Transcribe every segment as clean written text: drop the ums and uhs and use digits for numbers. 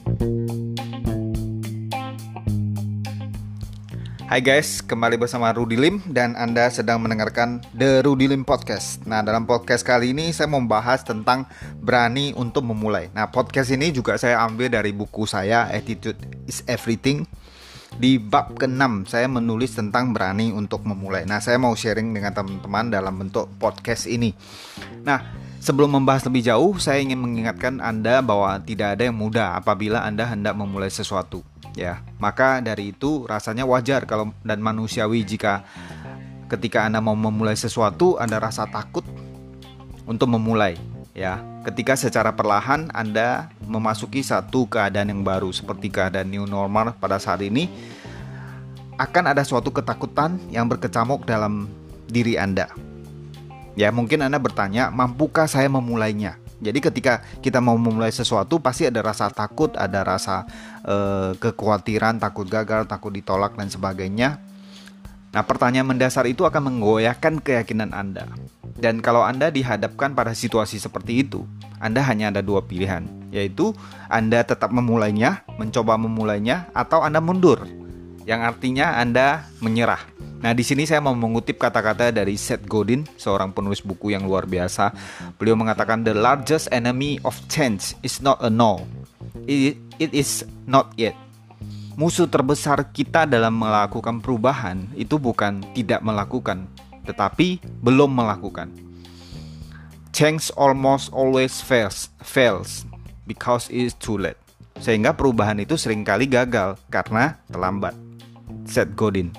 Hai guys, kembali bersama Rudy Lim dan Anda sedang mendengarkan The Rudy Lim Podcast. Nah, dalam podcast kali ini saya mau membahas tentang berani untuk memulai. Nah, podcast ini juga saya ambil dari buku saya, Attitude is Everything. Di bab ke-6 saya menulis tentang berani untuk memulai. Nah, saya mau sharing dengan teman-teman dalam bentuk podcast ini. Nah, sebelum membahas lebih jauh, saya ingin mengingatkan Anda bahwa tidak ada yang mudah apabila Anda hendak memulai sesuatu. Ya, maka dari itu rasanya wajar kalau dan manusiawi jika ketika Anda mau memulai sesuatu Anda rasa takut untuk memulai. Ya, ketika secara perlahan Anda memasuki satu keadaan yang baru seperti keadaan new normal pada saat ini, akan ada suatu ketakutan yang berkecamuk dalam diri Anda. Ya, mungkin Anda bertanya, mampukah saya memulainya? Jadi ketika kita mau memulai sesuatu pasti ada rasa takut, ada rasa kekhawatiran, takut gagal, takut ditolak dan sebagainya. Nah, pertanyaan mendasar itu akan menggoyahkan keyakinan Anda. Dan kalau Anda dihadapkan pada situasi seperti itu, Anda hanya ada dua pilihan, yaitu Anda tetap memulainya, mencoba memulainya, atau Anda mundur, yang artinya Anda menyerah. Nah, di sini saya mau mengutip kata-kata dari Seth Godin, seorang penulis buku yang luar biasa. Beliau mengatakan, "The largest enemy of change is not a no. It is not yet." Musuh terbesar kita dalam melakukan perubahan itu bukan tidak melakukan, tetapi belum melakukan. Change almost always fails because it is too late. Sehingga perubahan itu seringkali gagal karena terlambat. Seth Godin.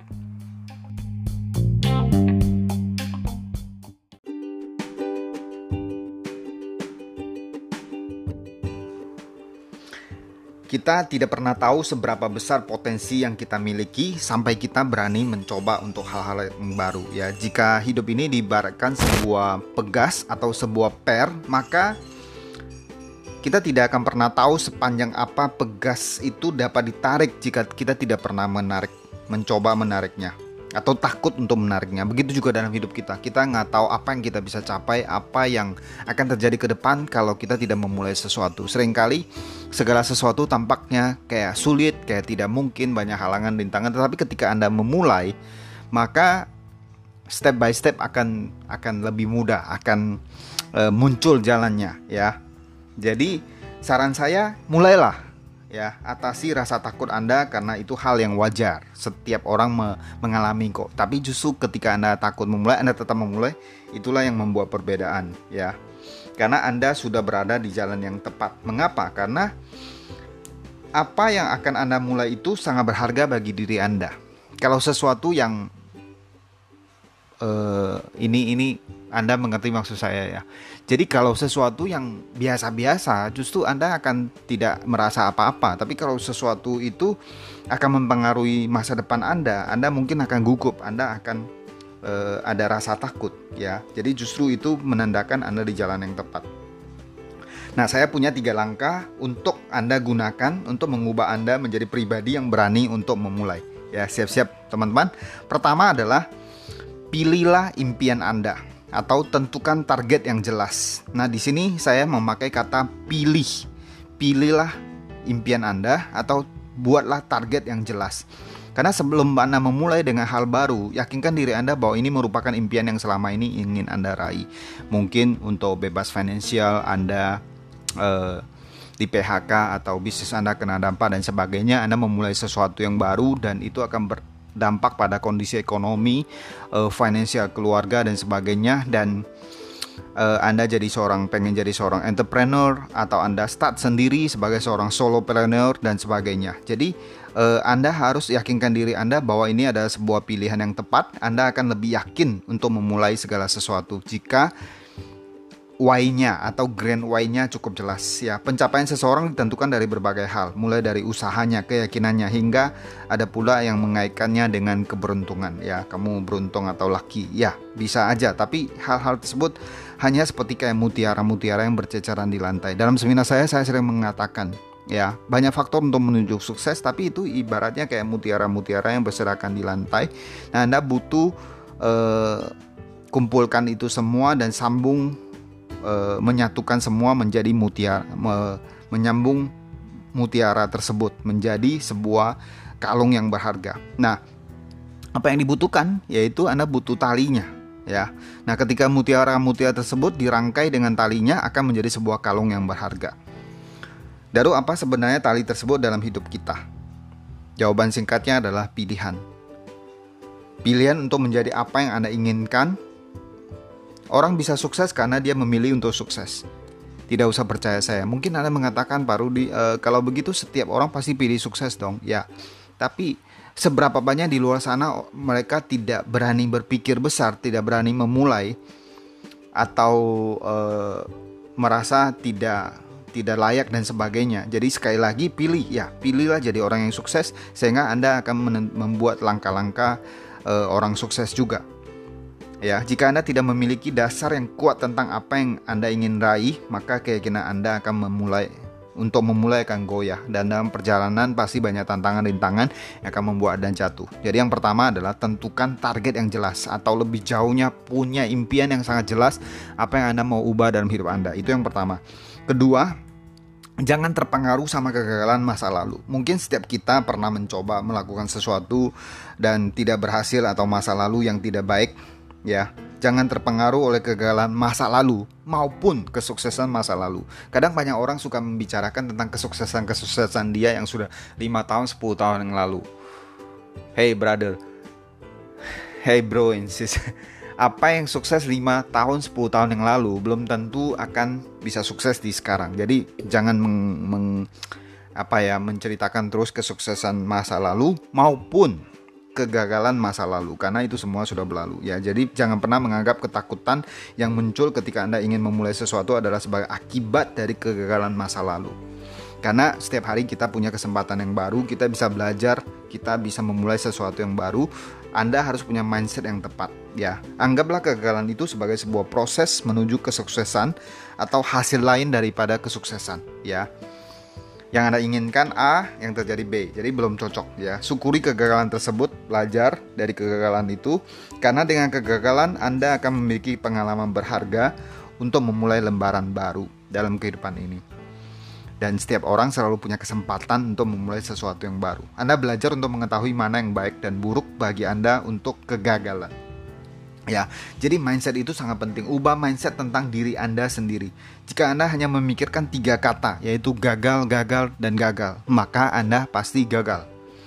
Kita tidak pernah tahu seberapa besar potensi yang kita miliki sampai kita berani mencoba untuk hal-hal yang baru. Ya, jika hidup ini diibaratkan sebuah pegas atau sebuah per, maka kita tidak akan pernah tahu sepanjang apa pegas itu dapat ditarik jika kita tidak pernah mencoba menariknya atau takut untuk menariknya. Begitu juga dalam hidup kita. Kita nggak tahu apa yang kita bisa capai, apa yang akan terjadi ke depan kalau kita tidak memulai sesuatu. Seringkali segala sesuatu tampaknya kayak sulit, kayak tidak mungkin, banyak halangan, rintangan. Tetapi ketika Anda memulai, maka step by step akan lebih mudah, akan muncul jalannya, ya. Jadi saran saya, mulailah. Ya, atasi rasa takut Anda karena itu hal yang wajar. Setiap orang mengalami kok. Tapi justru ketika Anda takut memulai, Anda tetap memulai, itulah yang membuat perbedaan, ya. Karena Anda sudah berada di jalan yang tepat. Mengapa? Karena apa yang akan Anda mulai itu sangat berharga bagi diri Anda. Kalau sesuatu yang ini Anda mengerti maksud saya, ya. Jadi kalau sesuatu yang biasa-biasa, justru Anda akan tidak merasa apa-apa. Tapi kalau sesuatu itu akan mempengaruhi masa depan Anda mungkin akan gugup, Anda akan ada rasa takut, ya. Jadi justru itu menandakan Anda di jalan yang tepat. Nah, saya punya 3 langkah untuk Anda gunakan untuk mengubah Anda menjadi pribadi yang berani untuk memulai. Ya, siap-siap teman-teman. Pertama adalah pilihlah impian Anda atau tentukan target yang jelas. Nah, di sini saya memakai kata pilih. Pilihlah impian Anda atau buatlah target yang jelas. Karena sebelum Anda memulai dengan hal baru, yakinkan diri Anda bahwa ini merupakan impian yang selama ini ingin Anda raih. Mungkin untuk bebas finansial, Anda di PHK atau bisnis Anda kena dampak dan sebagainya. Anda memulai sesuatu yang baru dan itu akan berdampak pada kondisi ekonomi, finansial keluarga dan sebagainya. Dan Anda pengen jadi seorang entrepreneur atau Anda start sendiri sebagai seorang solopreneur dan sebagainya. Jadi Anda harus yakinkan diri Anda bahwa ini adalah sebuah pilihan yang tepat. Anda akan lebih yakin untuk memulai segala sesuatu jika why-nya atau grand why-nya cukup jelas, ya. Pencapaian seseorang ditentukan dari berbagai hal, mulai dari usahanya, keyakinannya, hingga ada pula yang mengaitkannya dengan keberuntungan, ya. Kamu beruntung atau lucky, ya bisa aja. Tapi hal-hal tersebut hanya seperti kayak mutiara-mutiara yang berceceran di lantai. Dalam seminar saya sering mengatakan, ya, banyak faktor untuk menuju sukses, tapi itu ibaratnya kayak mutiara-mutiara yang berserakan di lantai. Nah, Anda butuh kumpulkan itu semua dan menyatukan semua menjadi mutiara, menyambung mutiara tersebut menjadi sebuah kalung yang berharga. Nah, apa yang dibutuhkan yaitu Anda butuh talinya, ya. Nah, ketika mutiara tersebut dirangkai dengan talinya akan menjadi sebuah kalung yang berharga. Lalu apa sebenarnya tali tersebut dalam hidup kita? Jawaban singkatnya adalah pilihan. Pilihan untuk menjadi apa yang Anda inginkan. Orang bisa sukses karena dia memilih untuk sukses. Tidak usah percaya saya. Mungkin Anda mengatakan, Pak Rudi, kalau begitu setiap orang pasti pilih sukses dong. Ya, tapi seberapa banyak di luar sana mereka tidak berani berpikir besar, tidak berani memulai, atau merasa tidak layak dan sebagainya. Jadi sekali lagi pilihlah jadi orang yang sukses, sehingga Anda akan membuat langkah-langkah orang sukses juga. Ya, jika Anda tidak memiliki dasar yang kuat tentang apa yang Anda ingin raih, maka keyakinan Anda akan memulai akan goyah, dan dalam perjalanan pasti banyak tantangan-rintangan yang akan membuat Anda jatuh. Jadi yang pertama adalah tentukan target yang jelas, atau lebih jauhnya punya impian yang sangat jelas apa yang Anda mau ubah dalam hidup Anda. Itu yang pertama. Kedua, jangan terpengaruh sama kegagalan masa lalu. Mungkin setiap kita pernah mencoba melakukan sesuatu dan tidak berhasil, atau masa lalu yang tidak baik, ya. Jangan terpengaruh oleh kegagalan masa lalu maupun kesuksesan masa lalu. Kadang banyak orang suka membicarakan tentang kesuksesan dia yang sudah 5 tahun, 10 tahun yang lalu. Hey brother, hey bro and sis, apa yang sukses 5 tahun, 10 tahun yang lalu belum tentu akan bisa sukses di sekarang. Jadi jangan menceritakan terus kesuksesan masa lalu maupun kegagalan masa lalu, karena itu semua sudah berlalu, ya. Jadi jangan pernah menganggap ketakutan yang muncul ketika Anda ingin memulai sesuatu adalah sebagai akibat dari kegagalan masa lalu. Karena setiap hari kita punya kesempatan yang baru, kita bisa belajar, kita bisa memulai sesuatu yang baru. Anda harus punya mindset yang tepat, ya. Anggaplah kegagalan itu sebagai sebuah proses menuju kesuksesan atau hasil lain daripada kesuksesan, ya. Yang Anda inginkan A, yang terjadi B. Jadi belum cocok, ya. Syukuri kegagalan tersebut, belajar dari kegagalan itu, karena dengan kegagalan Anda akan memiliki pengalaman berharga untuk memulai lembaran baru dalam kehidupan ini. Dan setiap orang selalu punya kesempatan untuk memulai sesuatu yang baru. Anda belajar untuk mengetahui mana yang baik dan buruk bagi Anda untuk kegagalan. Ya, jadi mindset itu sangat penting. Ubah mindset tentang diri Anda sendiri. Jika Anda hanya memikirkan 3 kata, yaitu gagal, gagal, dan gagal, maka Anda pasti gagal.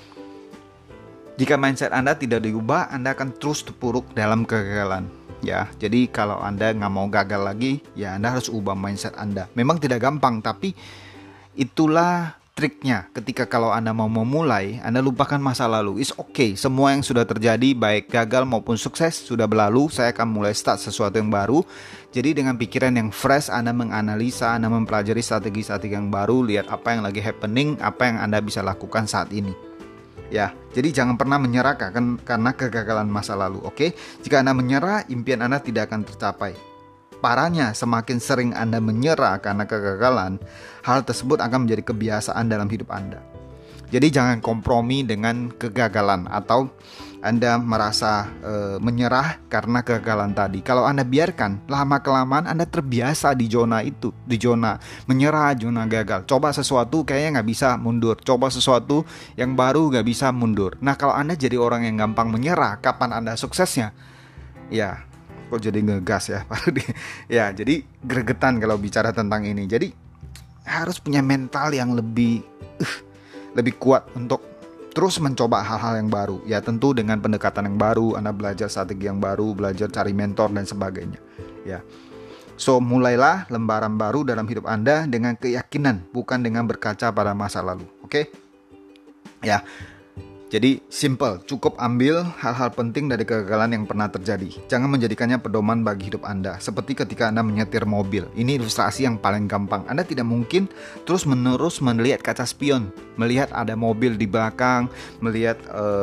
Jika mindset Anda tidak diubah, Anda akan terus terpuruk dalam kegagalan. Ya, jadi kalau Anda nggak mau gagal lagi, ya Anda harus ubah mindset Anda. Memang tidak gampang, tapi itulah triknya. Ketika kalau Anda mau memulai, Anda lupakan masa lalu. It's okay, semua yang sudah terjadi, baik gagal maupun sukses, sudah berlalu. Saya akan mulai start sesuatu yang baru. Jadi dengan pikiran yang fresh, Anda menganalisa, Anda mempelajari strategi-strategi yang baru, lihat apa yang lagi happening, apa yang Anda bisa lakukan saat ini. Ya, jadi jangan pernah menyerah karena kegagalan masa lalu, oke? Jika Anda menyerah, impian Anda tidak akan tercapai. Parahnya, semakin sering Anda menyerah karena kegagalan, hal tersebut akan menjadi kebiasaan dalam hidup Anda. Jadi jangan kompromi dengan kegagalan, atau Anda merasa menyerah karena kegagalan tadi. Kalau Anda biarkan, lama-kelamaan Anda terbiasa di zona itu, di zona menyerah, zona gagal. Coba sesuatu kayaknya nggak bisa, mundur. Coba sesuatu yang baru nggak bisa, mundur. Nah, kalau Anda jadi orang yang gampang menyerah, kapan Anda suksesnya? Ya, kok jadi ngegas ya Pak Rudi. Ya, jadi gregetan kalau bicara tentang ini. Jadi harus punya mental yang lebih kuat untuk terus mencoba hal-hal yang baru. Ya, tentu dengan pendekatan yang baru, Anda belajar strategi yang baru, belajar cari mentor dan sebagainya. Ya. So, mulailah lembaran baru dalam hidup Anda dengan keyakinan, bukan dengan berkaca pada masa lalu. Oke? Ya. Jadi simple, cukup ambil hal-hal penting dari kegagalan yang pernah terjadi. Jangan menjadikannya pedoman bagi hidup Anda. Seperti ketika Anda menyetir mobil. Ini ilustrasi yang paling gampang. Anda tidak mungkin terus-menerus melihat kaca spion, melihat ada mobil di belakang, melihat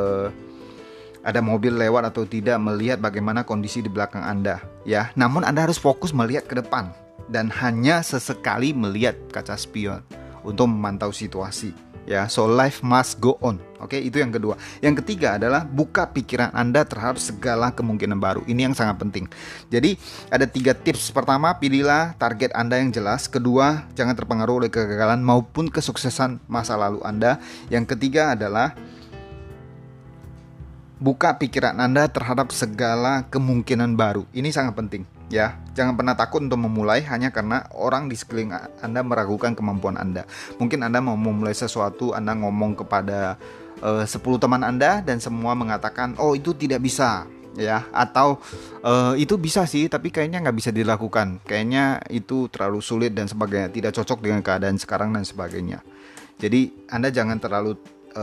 ada mobil lewat atau tidak, melihat bagaimana kondisi di belakang Anda. Ya, namun Anda harus fokus melihat ke depan dan hanya sesekali melihat kaca spion untuk memantau situasi. ya. So life must go on. Oke, itu yang kedua. Yang ketiga adalah buka pikiran Anda terhadap segala kemungkinan baru. Ini yang sangat penting. Jadi ada 3 tips. Pertama, pilihlah target Anda yang jelas. Kedua, jangan terpengaruh oleh kegagalan maupun kesuksesan masa lalu Anda. Yang ketiga adalah buka pikiran Anda terhadap segala kemungkinan baru. Ini sangat penting, ya. Jangan pernah takut untuk memulai hanya karena orang di sekeliling Anda meragukan kemampuan Anda. Mungkin Anda mau memulai sesuatu, Anda ngomong kepada 10 teman Anda dan semua mengatakan, oh itu tidak bisa, ya. Atau itu bisa sih, tapi kayaknya nggak bisa dilakukan. Kayaknya itu terlalu sulit dan sebagainya, tidak cocok dengan keadaan sekarang dan sebagainya. Jadi Anda jangan terlalu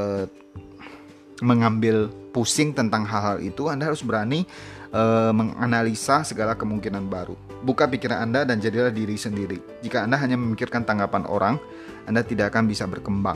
mengambil pusing tentang hal-hal itu. Anda harus berani menganalisa segala kemungkinan baru. Buka pikiran Anda dan jadilah diri sendiri. Jika Anda hanya memikirkan tanggapan orang, Anda tidak akan bisa berkembang.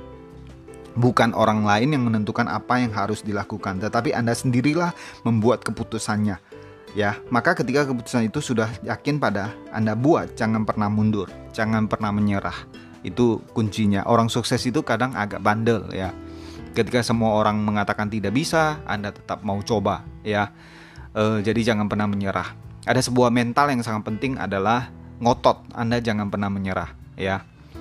Bukan orang lain yang menentukan apa yang harus dilakukan, tetapi Anda sendirilah membuat keputusannya. Ya, maka ketika keputusan itu sudah yakin pada Anda buat, jangan pernah mundur, jangan pernah menyerah. Itu kuncinya. Orang sukses itu kadang agak bandel, ya. Ketika semua orang mengatakan tidak bisa, Anda tetap mau coba, ya. Jadi jangan pernah menyerah. Ada sebuah mental yang sangat penting adalah ngotot. Anda jangan pernah menyerah, ya.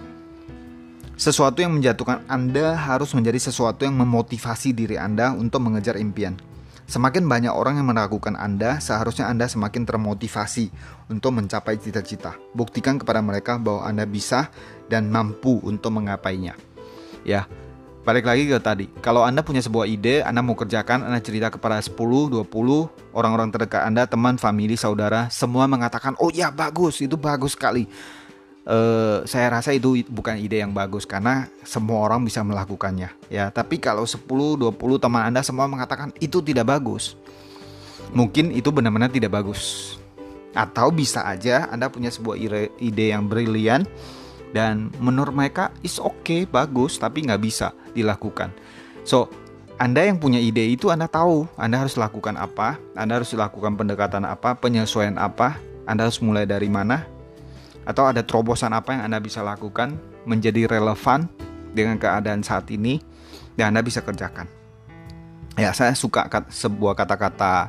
Sesuatu yang menjatuhkan Anda harus menjadi sesuatu yang memotivasi diri Anda untuk mengejar impian. Semakin banyak orang yang meragukan Anda, seharusnya Anda semakin termotivasi untuk mencapai cita-cita. Buktikan kepada mereka bahwa Anda bisa dan mampu untuk menggapainya. Ya. Balik lagi ke tadi, kalau Anda punya sebuah ide, Anda mau kerjakan, Anda cerita kepada 10, 20 orang-orang terdekat Anda, teman, famili, saudara, semua mengatakan, oh ya bagus, itu bagus sekali. Saya rasa itu bukan ide yang bagus karena semua orang bisa melakukannya, ya. Tapi kalau 10, 20 teman Anda semua mengatakan itu tidak bagus, mungkin itu benar-benar tidak bagus. Atau bisa aja Anda punya sebuah ide yang brilian dan menurut mereka is okay, bagus, tapi nggak bisa dilakukan. So, Anda yang punya ide itu Anda tahu Anda harus lakukan apa, Anda harus lakukan pendekatan apa, penyesuaian apa, Anda harus mulai dari mana, atau ada terobosan apa yang Anda bisa lakukan menjadi relevan dengan keadaan saat ini dan Anda bisa kerjakan. Ya, saya suka sebuah kata-kata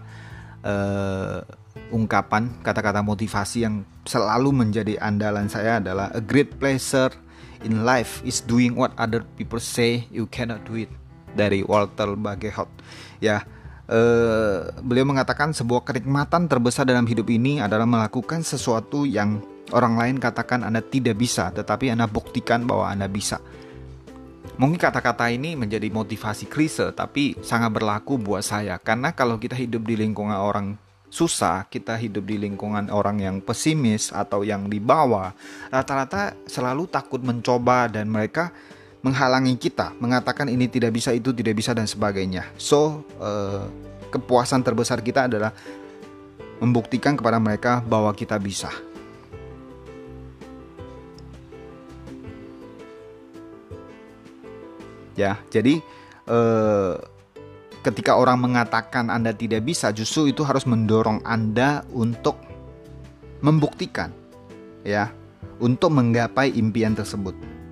ungkapan, kata-kata motivasi yang selalu menjadi andalan saya adalah a great pleasure in life is doing what other people say you cannot do it, dari Walter Bagehot. Ya, beliau mengatakan sebuah kenikmatan terbesar dalam hidup ini adalah melakukan sesuatu yang orang lain katakan Anda tidak bisa, tetapi Anda buktikan bahwa Anda bisa. Mungkin kata-kata ini menjadi motivasi klise, tapi sangat berlaku buat saya. Karena kalau kita hidup di lingkungan orang susah, kita hidup di lingkungan orang yang pesimis atau yang di bawah, rata-rata selalu takut mencoba dan mereka menghalangi kita, mengatakan ini tidak bisa, itu tidak bisa dan sebagainya. So, kepuasan terbesar kita adalah membuktikan kepada mereka bahwa kita bisa. Ya, jadi ketika orang mengatakan Anda tidak bisa, justru itu harus mendorong Anda untuk membuktikan, ya, untuk menggapai impian tersebut.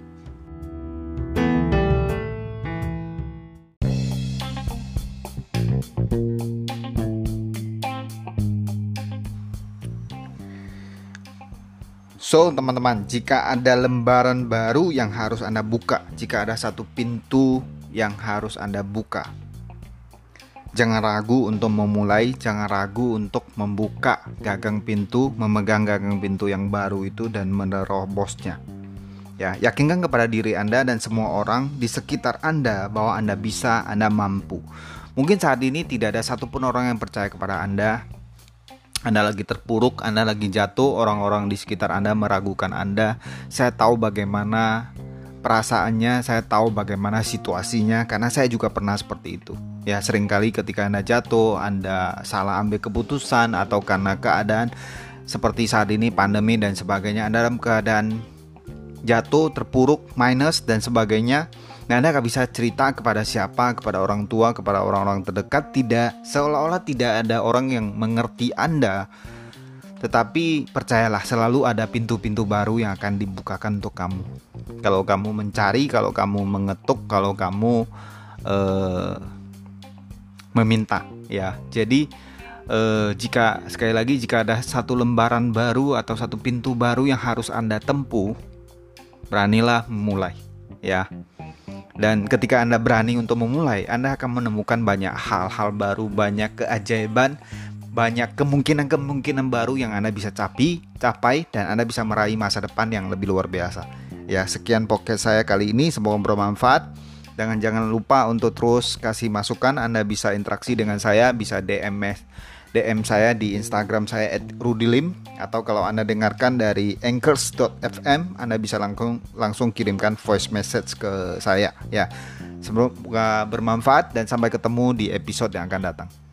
So teman-teman, jika ada lembaran baru yang harus Anda buka, jika ada satu pintu yang harus Anda buka, jangan ragu untuk memulai, jangan ragu untuk membuka gagang pintu, memegang gagang pintu yang baru itu dan menerobosnya. Ya, yakinkan kepada diri Anda dan semua orang di sekitar Anda bahwa Anda bisa, Anda mampu. Mungkin saat ini tidak ada satupun orang yang percaya kepada Anda. Anda lagi terpuruk, Anda lagi jatuh, orang-orang di sekitar Anda meragukan Anda. Saya tahu bagaimana perasaannya, saya tahu bagaimana situasinya, karena saya juga pernah seperti itu. Ya, seringkali ketika Anda jatuh, Anda salah ambil keputusan, atau karena keadaan seperti saat ini, pandemi dan sebagainya, Anda dalam keadaan jatuh, terpuruk, minus dan sebagainya. Nah, Anda gak bisa cerita kepada siapa, kepada orang tua, kepada orang-orang terdekat, tidak, seolah-olah tidak ada orang yang mengerti Anda. Tetapi percayalah, selalu ada pintu-pintu baru yang akan dibukakan untuk kamu. Kalau kamu mencari, kalau kamu mengetuk, kalau kamu meminta, ya. Jadi jika sekali lagi, jika ada satu lembaran baru atau satu pintu baru yang harus Anda tempuh, beranilah memulai, ya. Dan ketika Anda berani untuk memulai, Anda akan menemukan banyak hal-hal baru, banyak keajaiban, banyak kemungkinan-kemungkinan baru yang Anda bisa capai, dan Anda bisa meraih masa depan yang lebih luar biasa. Ya, sekian podcast saya kali ini, semoga bermanfaat. Dan jangan lupa untuk terus kasih masukan. Anda bisa interaksi dengan saya, bisa DM saya di Instagram saya @rudilim, atau kalau Anda dengarkan dari anchors.fm, Anda bisa langsung kirimkan voice message ke saya, ya. Semoga bermanfaat dan sampai ketemu di episode yang akan datang.